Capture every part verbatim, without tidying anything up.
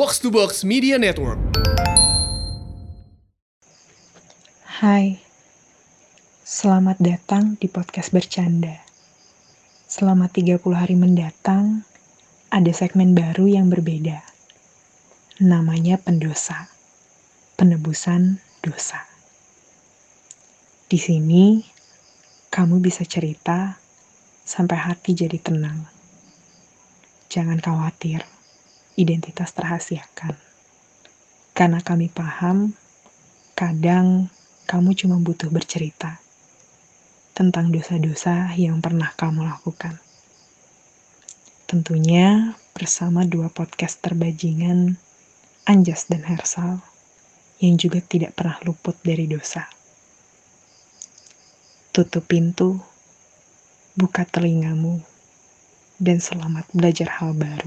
Box to Box Media Network. Hai, selamat datang di podcast bercanda. Selama tiga puluh hari mendatang, ada segmen baru yang berbeda. Namanya Pendosa, Penebusan Dosa. Di sini, kamu bisa cerita sampai hati jadi tenang. Jangan khawatir, identitas terahasiakan. Karena kami paham, kadang kamu cuma butuh bercerita tentang dosa-dosa yang pernah kamu lakukan. Tentunya bersama dua podcast terbajingan, Anjas dan Hersal, yang juga tidak pernah luput dari dosa. Tutup pintu, buka telingamu, dan selamat belajar hal baru.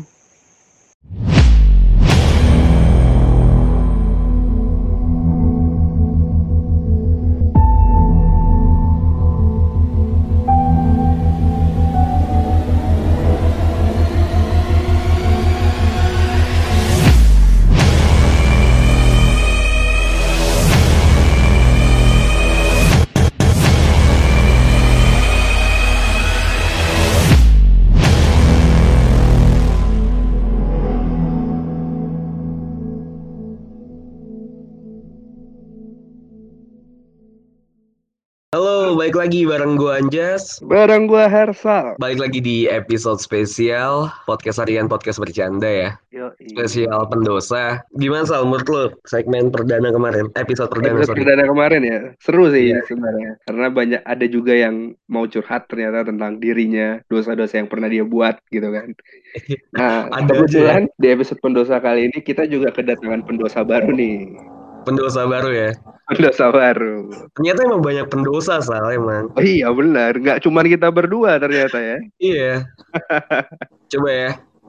Halo, balik lagi bareng gue Anjas. Bareng gue Hersal. Balik lagi di episode spesial podcast harian podcast bercanda ya. Yoi. Spesial pendosa. Gimana Sal, menurut lo segmen perdana kemarin? Episode perdana, Episode sorry. perdana kemarin ya, seru sih Iya. sebenarnya. Karena banyak ada juga yang mau curhat ternyata tentang dirinya, dosa-dosa yang pernah dia buat gitu kan. Nah, Ada kebetulan di episode pendosa kali ini kita juga kedatangan pendosa baru nih. Pendosa baru ya. Pendosa baru. Ternyata emang banyak pendosa Sal emang. Oh iya benar, nggak cuma kita berdua ternyata ya. Iya. Coba ya.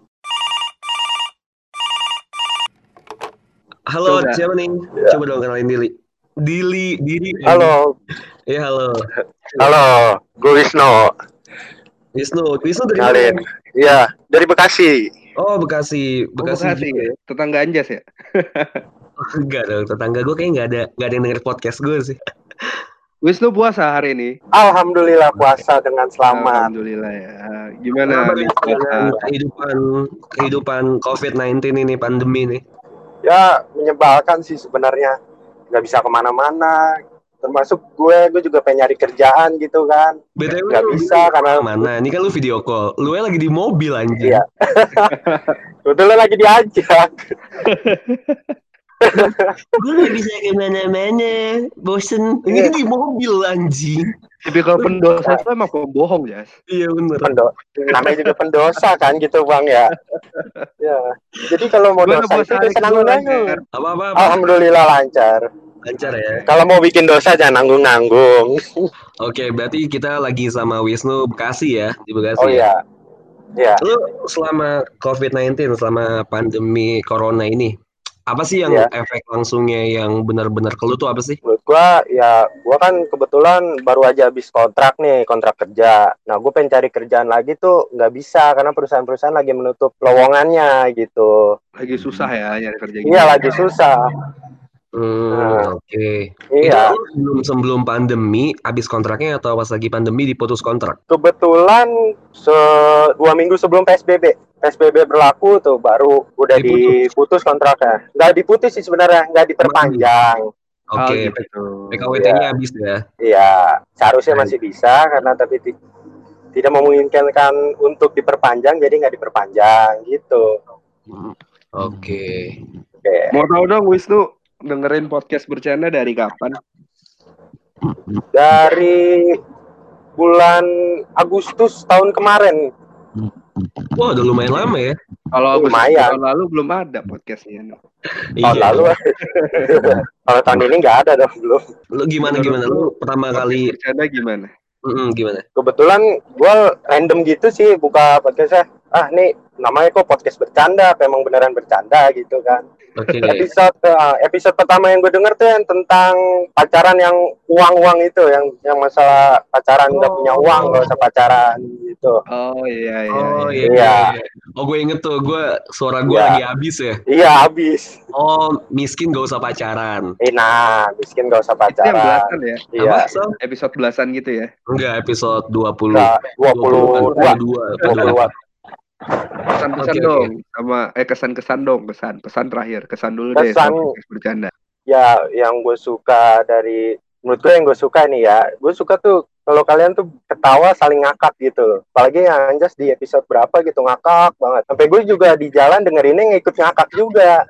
Halo, Coba. siapa nih? Ya. Coba dong kenalin diri. Dili, diri. Halo, Iya, halo. halo, gue Wisnu, Wisnu, Wisnu dari kenalin. mana? Iya, dari Bekasi. Oh, Bekasi. Oh, Bekasi. Bekasi, juga. tetangga Anjas ya. Enggak dong, tetangga gue kayaknya nggak ada nggak ada yang denger podcast gue sih. Wisnu puasa hari ini. Alhamdulillah puasa dengan selamat. Alhamdulillah ya. Gimana Kenapa nih nih puasa? dengan kehidupan kehidupan covid sembilan belas ini pandemi nih? Ya menyebalkan sih sebenarnya. Nggak bisa kemana-mana. Termasuk gue, gue juga pengen nyari kerjaan gitu kan. B T W Nggak lu bisa karena mana? Ini kan lu video call. Lu lagi di mobil anjing. Iya. kebetulan lagi diajak. Gue gak bisa kemana-mana, bosen. Ini di mobil anjing. Tipikal pendosa itu emang pembohong ya. Iya bener. Pendo- namanya juga pendosa kan gitu bang ya. Ya. Jadi kalau mau Gimana dosa puasa itu hari bisa kedua nanggung-nanggung. lancar? Apa-apa? Alhamdulillah lancar. Lancar ya. Kalau mau bikin dosa jangan nanggung-nanggung. Oke, berarti kita lagi sama Wisnu Bekasi ya, di Bekasi. Oh ya. iya. Ya. Lu selama covid sembilan belas, selama pandemi corona ini, apa sih yang Iya. efek langsungnya yang benar-benar ke lu tuh apa sih? Menurut gua ya gua kan kebetulan baru aja habis kontrak nih, kontrak kerja. Nah gua pengen cari kerjaan lagi tuh nggak bisa karena perusahaan-perusahaan lagi menutup lowongannya gitu. Lagi susah ya nyari kerja gitu. Iya lagi susah. Hmm, Nah, oke. iya. Itu lu sebelum sebelum pandemi, habis kontraknya atau pas lagi pandemi diputus kontrak? Kebetulan se dua minggu sebelum P S B B, P S B B berlaku tuh baru udah Diputus. diputus kontraknya. Nggak diputus sih sebenarnya, nggak diperpanjang. Oke, Oh, P- gitu. P K W T-nya habis ya. Iya, seharusnya masih bisa karena tapi ti- tidak memungkinkan untuk diperpanjang, jadi nggak diperpanjang gitu. Hmm, Oke. Oke. Mau tahu dong Wisnu dengerin podcast bercanda dari kapan? Dari bulan Agustus tahun kemarin. Wah, udah lumayan lama ya. Kalau Agustus Lumayan. tahun lalu belum ada podcastnya. Tahun lalu. Kalau tahun ini nggak ada dong belum. Lu gimana Menurut gimana? Lu pertama Podcast kali bercanda gimana? Mm-mm, gimana? Kebetulan gue random gitu sih buka podcastnya. Ah nih namanya kok podcast bercanda, apa emang beneran bercanda gitu kan. Oke. Episode uh, episode pertama yang gue denger tuh yang tentang pacaran yang uang-uang itu, yang yang masalah pacaran nggak Oh. punya uang nggak usah pacaran gitu. Oh iya iya. Oh iya. iya. Iya. iya. Oh gue inget tuh, gue suara gue Iya. lagi habis ya. Iya habis. Oh miskin gak usah pacaran. Eh, nah miskin nggak usah Itu yang pacaran. belasan ya. Iya. Apa? So? Episode belasan gitu ya. Enggak, episode dua puluh. Nggak, dua puluh dua. dua. dua puluh dua. Pesan-pesan Oke, dong sama eh kesan-kesan dong, pesan pesan terakhir, kesan dulu deh Kesan. sama podcast bercanda. Ya yang gue suka dari, menurut gue yang gue suka nih ya, gue suka tuh kalau kalian tuh ketawa saling ngakak gitu. Apalagi yang Anjas di episode berapa gitu ngakak banget. Sampai gue juga di jalan dengerinnya ngikut ngakak juga.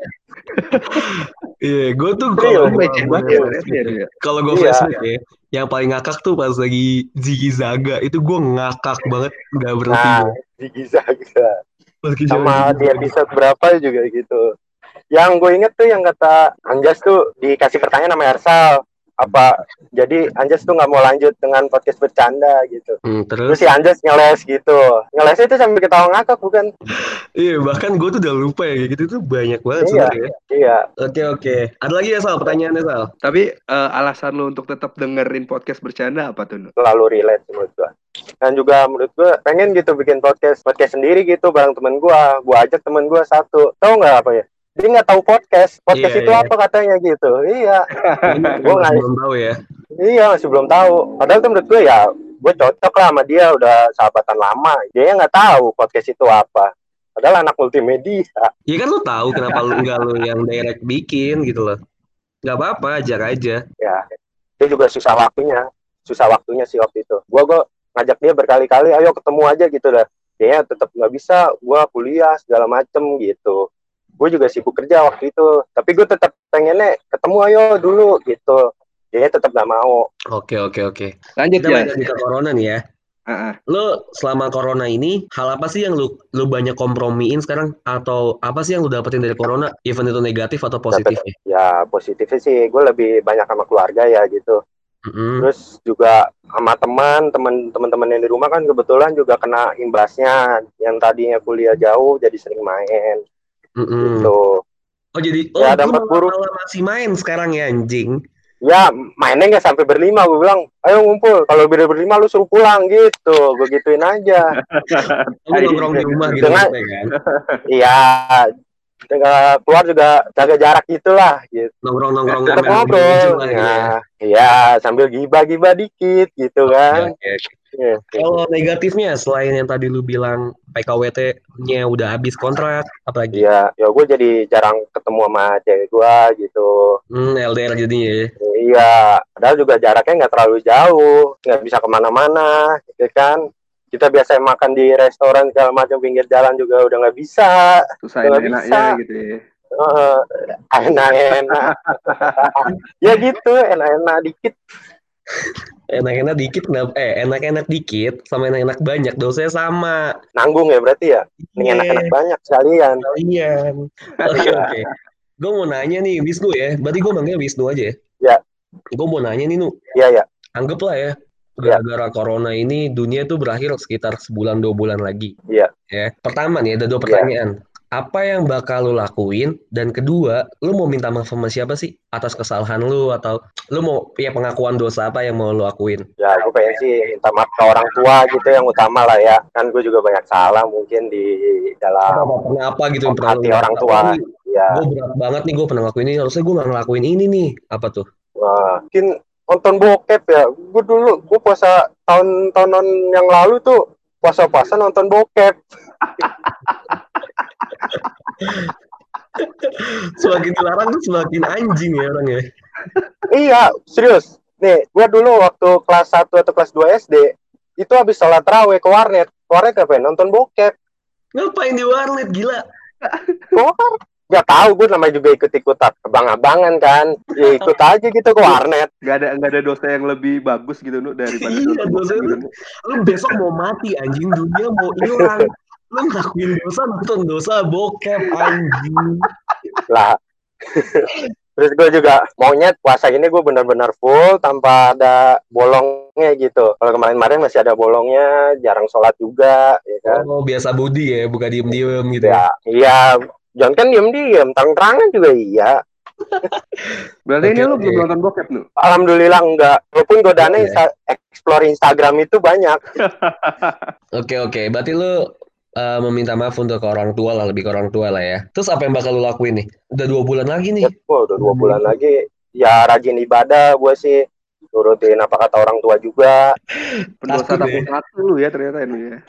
Iya, gue tuh Iya, kalau Receh banget ya, receh ya. kalau gue Iya. flashback ya, yang paling ngakak tuh pas lagi Ziggy Zaga itu gue ngakak banget nggak berhenti. Nah, Ziggy Zaga. Pas kejadian Sama Ziggy di Zaga. episode berapa juga gitu. Yang gue inget tuh yang kata Anjas tuh dikasih pertanyaan sama Ersal. Apa, jadi Anjas tuh nggak mau lanjut dengan podcast bercanda gitu. Hmm, Terus terus, si Anjas ngeles gitu. Ngelesnya itu sambil ketawa ngakak bukan? iya bahkan gue tuh udah lupa ya kayak gitu tuh banyak banget Iya. sebenarnya. Iya. Oke oke. Ada lagi ya Sal? Pertanyaannya Sal? Tapi eh, alasan lu untuk tetap dengerin podcast bercanda apa tuh? Nu? Selalu relate menurut gue. Dan juga menurut gue pengen gitu bikin podcast podcast sendiri gitu bareng temen gue. Gue ajak temen gue satu. Tahu nggak apa ya? Dia nggak tahu podcast. Podcast Iya, itu iya. apa katanya gitu. Iya. Ini Gue gue nggak. belum tahu ya. Iya masih belum tahu. Padahal tuh menurut gue ya gue cocok lah sama dia, udah sahabatan lama. Dia nggak tahu podcast itu apa. Padahal anak multimedia. Ya kan lu tahu kenapa lu enggak lu yang direct bikin gitu loh. Nggak apa-apa, ajak aja. Ya. Dia juga susah waktunya. Susah waktunya sih waktu itu. Gue gue ngajak dia berkali-kali, ayo ketemu aja gitu dah. Dia tetap nggak bisa. Gue kuliah segala macem gitu. Gue juga sibuk kerja waktu itu. Tapi gue tetap pengennya ketemu ayo dulu gitu. Dia tetap nggak mau. Oke oke oke. Lanjut Kita ya. balik lagi ke corona nih ya. Ah, ah. Lo selama corona ini hal apa sih yang lu lu banyak kompromiin sekarang atau apa sih yang lu dapetin dari corona, even itu negatif atau positifnya? Ya positifnya sih gue lebih banyak sama keluarga ya gitu. Mm-mm. Terus juga sama teman, teman-teman yang di rumah kan kebetulan juga kena imbasnya. Yang tadinya kuliah jauh jadi sering main Mm-mm. gitu. Oh jadi oh Ya, lu dampak malah- buruk. malah masih main sekarang ya anjing. Ya mainnya nggak sampai berlima, gue bilang ayo ngumpul, kalau beda berlima lu suruh pulang gitu, gue gituin aja. Lu nongkrong di rumah gitu Dengan- maksudnya kan. Iya, dengan keluar juga jaga jarak gitulah gitu. Nongkrong-nongkrong Tetap ngambil ngobrol, baju lah gitu ya. nah, iya sambil gibah-gibah dikit gitu kan. Oke, oke. Iya. Kalau negatifnya selain yang tadi lu bilang P K W T-nya udah habis kontrak, apalagi? Iya, ya gue jadi jarang ketemu sama cewek gue gitu. Hmm, L D R jadinya ya. Iya, padahal juga jaraknya nggak terlalu jauh, nggak bisa kemana-mana, gitu kan. Kita biasa makan di restoran segala macam pinggir jalan juga udah nggak bisa. Susah Nggak enak-enaknya bisa. gitu ya. Uh, enak-enak. Ya gitu, enak-enak dikit. Enak-enak dikit kenapa? Eh, enak-enak dikit sama enak-enak banyak dosanya sama. Nanggung ya berarti ya. Ini Iya, enak-enak banyak sekalian. kalian. Oke, oke. Gue mau nanya nih, Wisnu ya. Berarti gue manggil Wisnu aja ya? Ya. Gue mau nanya nih, Nu. Iya, ya. Anggaplah ya, Ya. gara-gara corona ini dunia tuh berakhir sekitar sebulan dua bulan lagi. Iya. Ya. Pertama nih, ada dua Iya. pertanyaan. Apa yang bakal lu lakuin? Dan kedua, lu mau minta maaf sama siapa sih atas kesalahan lu atau lu mau ya pengakuan dosa apa yang mau lu lakuin? Ya, gue pengen sih minta maaf ke orang tua gitu yang utama lah ya. Kan gue juga banyak salah mungkin di dalam Apa pernah apa gitu yang pernah hati lu orang lakuin? tua. Ya, Gue berat banget nih gue pernah ngelakuin ini, harusnya gue gak ngelakuin ini nih. Apa tuh? wah, mungkin nonton bokep ya. Gue dulu, gue puasa tahun-tahunan yang lalu tuh puasa-puasa nonton bokep. Semakin dilarang tuh semakin anjing ya orangnya. Iya, serius. Nih, gue dulu waktu kelas satu atau kelas dua S D, itu habis sholat tarawih ke warnet. Warnet apa ya? Nonton bokep. Ngapain di warnet gila? Gue kan gak tahu, gue namanya juga ikut-ikutan abang-abangan kan. Ya ikut aja gitu ke warnet. Gak ada nggak ada dosa yang lebih bagus gitu Nu daripada Iya, nonton dosa bokep itu. gitu. Lu besok mau mati anjing, dunia mau hilang. Lu ngelakuin dosa nonton dosa bokep anjing. Lah, Terus gue juga maunya puasa ini gue benar-benar full tanpa ada bolongnya gitu. Kalau kemarin-kemarin masih ada bolongnya, jarang sholat juga, ya kan? Oh, biasa budi ya, bukan diem-diem gitu Ya, ya. iya. Jangan kan diem-diem, terang-terangan juga iya. Berarti Oke, ini lu oke. belum nonton bokep nu? Alhamdulillah enggak. Walaupun godaannya Oh, iya. insta- explore Instagram itu banyak. Oke, oke. Berarti lu eh, meminta maaf untuk ke orang tua lah, lebih ke orang tua lah ya. Terus apa yang bakal lu lakuin nih? Udah dua bulan lagi nih. Ya, gua udah dua bulan lagi. Ya rajin ibadah gue sih. Nurutin apa kata orang tua juga. Pendosa Takut tapi ya. satu lu ya ternyata ini ya.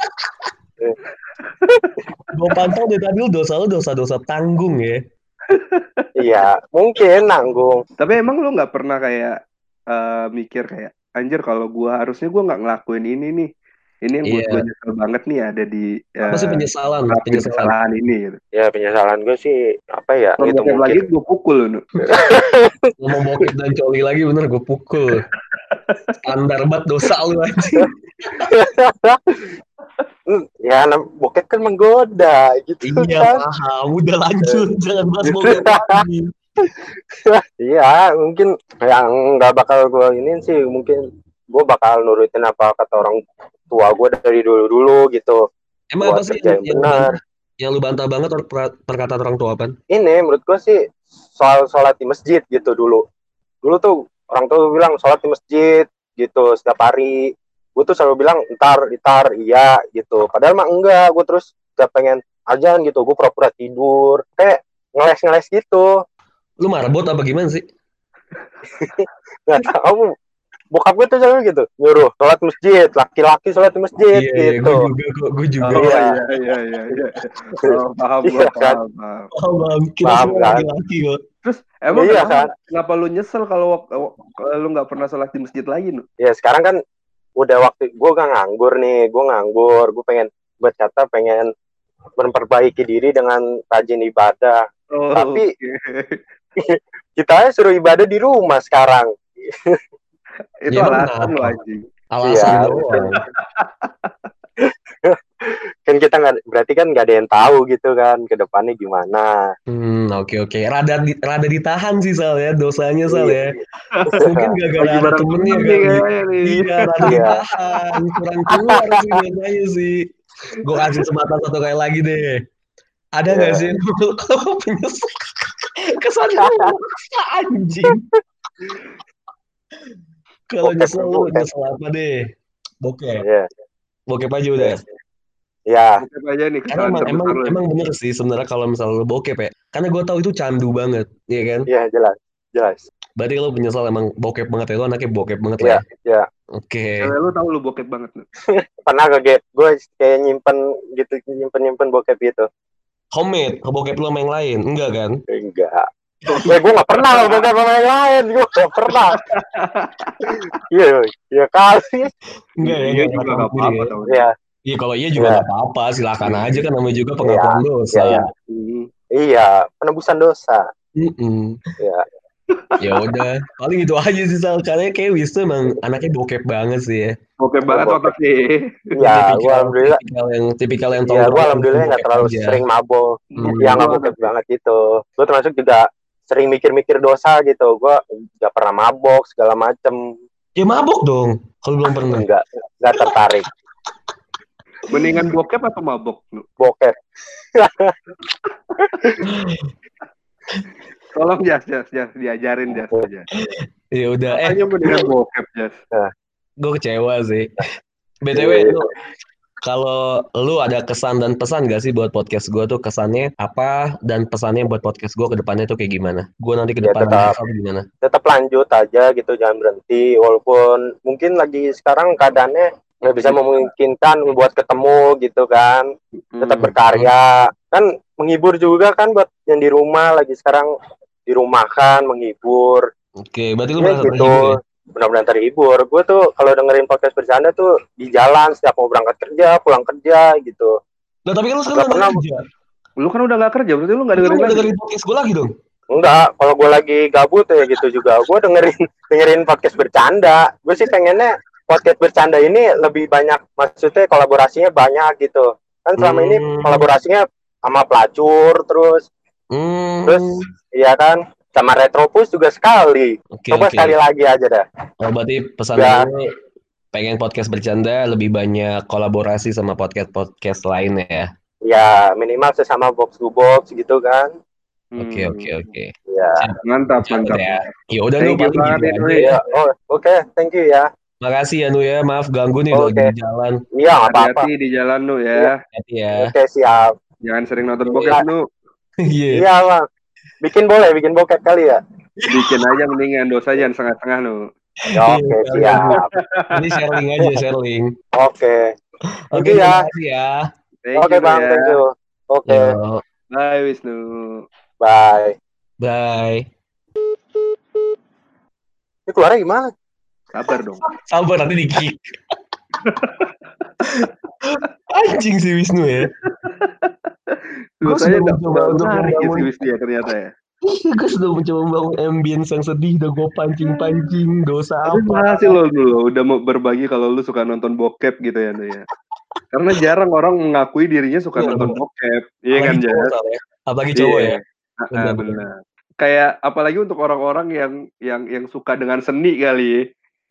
Gue pantau dari tadi lu dosa lu dosa-dosa tanggung ya. Iya, mungkin nanggung. Tapi emang lu nggak pernah kayak eh, mikir kayak anjir kalau gua harusnya gua nggak ngelakuin ini nih. Ini yang buat Iya. gue nyesel banget nih ada di Apa sih eh, penyesalan? ngelakuin Penyesalan. kesalahan ini gitu. Ya penyesalan gue sih apa ya? Kalau Itu bokep lagi mungkin. gue pukul lu. Nu. Ngomong bokep dan coli lagi bener gue pukul. Standar banget dosa lu anjing. Hmm, ya nam- bokep kan menggoda gitu Iya kan. paham. Udah lanjut. Jangan bahas bokep lagi. Iya, mungkin yang nggak bakal gue ini sih mungkin gue bakal nurutin apa kata orang tua gue dari dulu-dulu gitu. Emang apa Buat sih kerja yang, yang yang, lu benar. bantah, yang lu bantah banget or- per- perkataan orang tua apa? Ini menurut gue sih soal sholat di masjid gitu dulu. Dulu tuh orang tua bilang sholat di masjid gitu setiap hari. Gue tuh selalu bilang ntar, ntar, iya gitu. Padahal mah enggak. Gue terus udah pengen ajan gitu. Gue pura-pura tidur. Kayak ngeles-ngeles gitu. Lu marbot apa gimana sih? Nggak tahu. Bokap gue tuh selalu gitu. Nyuruh sholat masjid. Laki-laki sholat di masjid Iya, iya, gitu. gue juga kok, gue juga. Oh Iya. iya iya iya iya. Oh, paham gua Iya, kan? paham, paham. Oh, bang, kita Paham, semua kan? laki-laki kok. Terus emang Iya, kenapa, kan? kenapa lu nyesel kalau kalau lu nggak pernah sholat di masjid lagi nu? Ya sekarang kan udah waktu gue gak nganggur nih. Gue nganggur. Gue pengen buat kata pengen memperbaiki diri dengan rajin ibadah. Oh, Tapi oke. kita suruh ibadah di rumah sekarang. Itu Ya, emang alasan lu kenapa? anjing. Alasan Iya, doang. Kan kita nggak berarti kan nggak ada yang tahu gitu kan ke depannya gimana. Hmm, oke oke. Rada di, rada ditahan sih Sal ya, dosanya Sal ya. Iya. Mungkin gara-gara Lagi ada bareng temennya temen nih kali. kayaknya nih. Iya, rada Iya. ditahan, kurang keluar sih dosanya sih. Gue kasih kesempatan satu kali lagi deh. Ada nggak Iya. sih kalau penyesal? Kesannya lu maksa, anjing. Kalau Bokep, nyesel lu bokep. nyesel apa deh? Bokep. Iya. Bokep aja udah. Ya, Bokep aja nih Karena kesalahan emang emang terbesar lu. emang bener sih sebenarnya kalau misalnya lu bokep ya. Karena gue tahu itu candu banget, iya kan? iya jelas, jelas. Berarti lu penyesal emang bokep banget ya, lu anaknya bokep banget lah Iya, ya. iya. Oke. Cewek lu tahu lu bokep banget nu. Pernah kaget gue kayak nyimpen gitu, nyimpen nyimpen bokep gitu. Homemade, bokep lu sama yang lain, enggak kan? Enggak. Eh, gue nggak pernah loh bokep sama yang lain, gue nggak pernah. Iya, iya kali. Enggak ya, Iya enggak juga tahu nggak sendiri apa-apa ya. tau. Iya, Iya kalau iya juga Iya. nggak apa-apa, silakan Iya. aja kan namanya juga pengakuan dosa. iya. Hmm. iya, penebusan dosa. Mm-mm. Iya. Ya udah, paling itu aja sih Sal. Karena kayak Wisnu emang anaknya bokep banget sih ya. Bokep banget Bokep. otaknya. Iya, gue alhamdulillah. tipikal yang tipikal yang Iya, gue tongkrong alhamdulillah nggak bokep terlalu aja. sering mabok. Hmm. Iya, nggak bokep banget gitu. Gue termasuk juga sering mikir-mikir dosa gitu. Gue nggak pernah mabok segala macem. Ya mabok dong, kalau belum pernah. Enggak, nggak tertarik. Mendingan bokep atau mabok nu? Bokep. Tolong Jas, Jas, Jas diajarin Jas aja. Ya udah, eh Makanya mendingan bokep Jas. gue kecewa sih. B T W Iya. lu kalau lu ada kesan dan pesan gak sih buat podcast gue tuh kesannya apa dan pesannya buat podcast gue ke depannya tuh kayak gimana? Gue nanti ke Ya, depannya tetap. gimana? Tetap lanjut aja gitu, jangan berhenti. Walaupun mungkin lagi sekarang keadaannya nggak bisa memungkinkan buat ketemu gitu kan. Tetap Hmm. berkarya. Kan menghibur juga kan buat yang di rumah lagi sekarang dirumahkan, menghibur. Oke, berarti lu Ya merasa gitu. terhibur ya? Benar-benar terhibur. Gue tuh kalau dengerin podcast bercanda tuh di jalan setiap mau berangkat kerja, pulang kerja gitu. Lah tapi kan lu Nggak sekarang pernah. udah kerja. Lu kan udah gak kerja, berarti lu gak Lu dengerin nggak lagi. dengerin podcast gue lagi dong? Enggak, kalau gue lagi gabut ya gitu juga. Gue dengerin dengerin podcast bercanda. Gue sih pengennya podcast bercanda ini lebih banyak, maksudnya kolaborasinya banyak gitu. Kan selama ini Hmm. kolaborasinya sama pelacur terus, Hmm. terus iya kan, sama Retropus juga sekali. Oke, Coba oke. sekali lagi aja dah. Oh, berarti pesan Ya. lu pengen podcast bercanda lebih banyak kolaborasi sama podcast-podcast lain ya. Ya minimal sesama box to box gitu kan. Oke, Hmm. oke, oke. Ya. Siap. Mantap, Catat mantap. ya. Ya udah Nu Thank you paling banget gitu nih, aja Nui. ya. Ya, oh, oke, thank you ya. Makasih ya Nu ya, maaf ganggu nih udah Oke. di jalan. Iya, nggak apa-apa. Hati-hati di jalan Nu Iya. ya. Hati ya. Oke, siap. Jangan sering nonton Iya. bokep Nu. Iya. Iya, Bang. Bikin boleh, bikin bokep kali ya? Bikin aja mendingan, dosa jangan setengah-setengah Nu. Ya, oke, Iya, siap. Ini sharing aja, sharing. Oke. Thank Oke, you ya. terima kasih ya. Thank Oke, you Nu Bang, ya. thank you. Oke, Yo, Bye Wisnu. bye. bye. Ini keluarnya gimana? Sabar dong. Sabar nanti di kick. Anjing si Wisnu ya. Gua Dosanya sudah udah mencoba udah untuk menarik ya si membangun- Wisnu ya ternyata ya. Gue sudah mencoba membangun ambience yang sedih, udah gue pancing-pancing, dosa Tapi apa? makasih lo dulu udah mau berbagi kalau lu suka nonton bokep gitu ya Nu ya. Karena jarang orang mengakui dirinya suka Iya, nonton bener. bokep. Iya kan, Apalagi cowok Jas? soalnya. Apalagi cowok Iya. ya. Ah, ah, Benar, benar. Kayak apalagi untuk orang-orang yang yang yang suka dengan seni kali ya.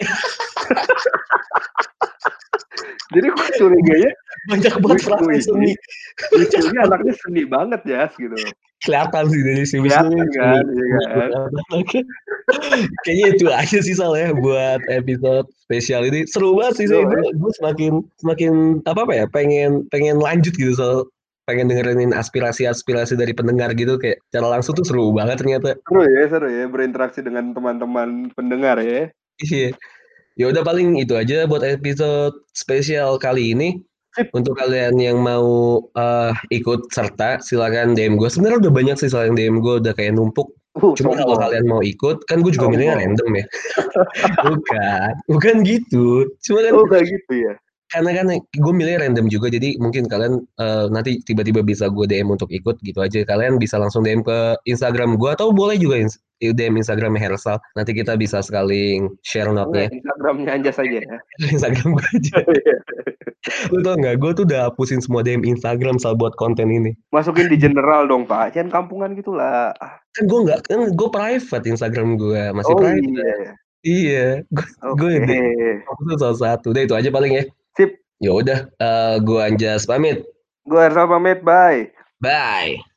Jadi gue curiganya Banyak banget Wisnu perasaan ini, seni. Wisnu ini anaknya seni banget Jas gitu. Kelihatan sih dari si Wisnu Kelihatan ini kan, seni. iya kan? Oke. Kayaknya itu aja sih Sal ya buat episode spesial ini. Seru banget sih saya. Yo, Gue, gue semakin semakin apa apa ya pengen pengen lanjut gitu soal pengen dengerin aspirasi-aspirasi dari pendengar gitu kayak cara langsung tuh seru banget ternyata. Seru ya, seru ya berinteraksi dengan teman-teman pendengar ya. Iya. Ya udah paling itu aja buat episode spesial kali ini. Sip. Untuk kalian yang mau eh, ikut serta silakan D M gue. Sebenarnya udah banyak sih soal yang D M gue udah kayak numpuk. Uh, Cuma kalau sombong. kalian mau ikut, kan gue juga milihnya Sombong. random ya. Bukan, bukan gitu. Cuma kan Oh kayak gitu ya. karena kan gue milih random juga, jadi mungkin kalian eh, nanti tiba-tiba bisa gue D M untuk ikut gitu aja. Kalian bisa langsung D M ke Instagram gue atau boleh juga ins- D M Instagram Hersal. Nanti kita bisa sekali share note-nya. Enggak, Instagramnya Anjas aja ya. Instagram gue aja. Lu tau gak, gue tuh udah hapusin semua D M Instagram soal buat konten ini. Masukin di general dong Pak. Jangan kampungan gitu lah. Kan gue gak, kan gue private Instagram gue. Masih Oh private. iya. Iya. Gue Oke. gue itu salah satu. Udah itu aja paling ya. Sip. Ya udah, eh, gue Anjas pamit. Gue Hersal pamit. Bye. Bye.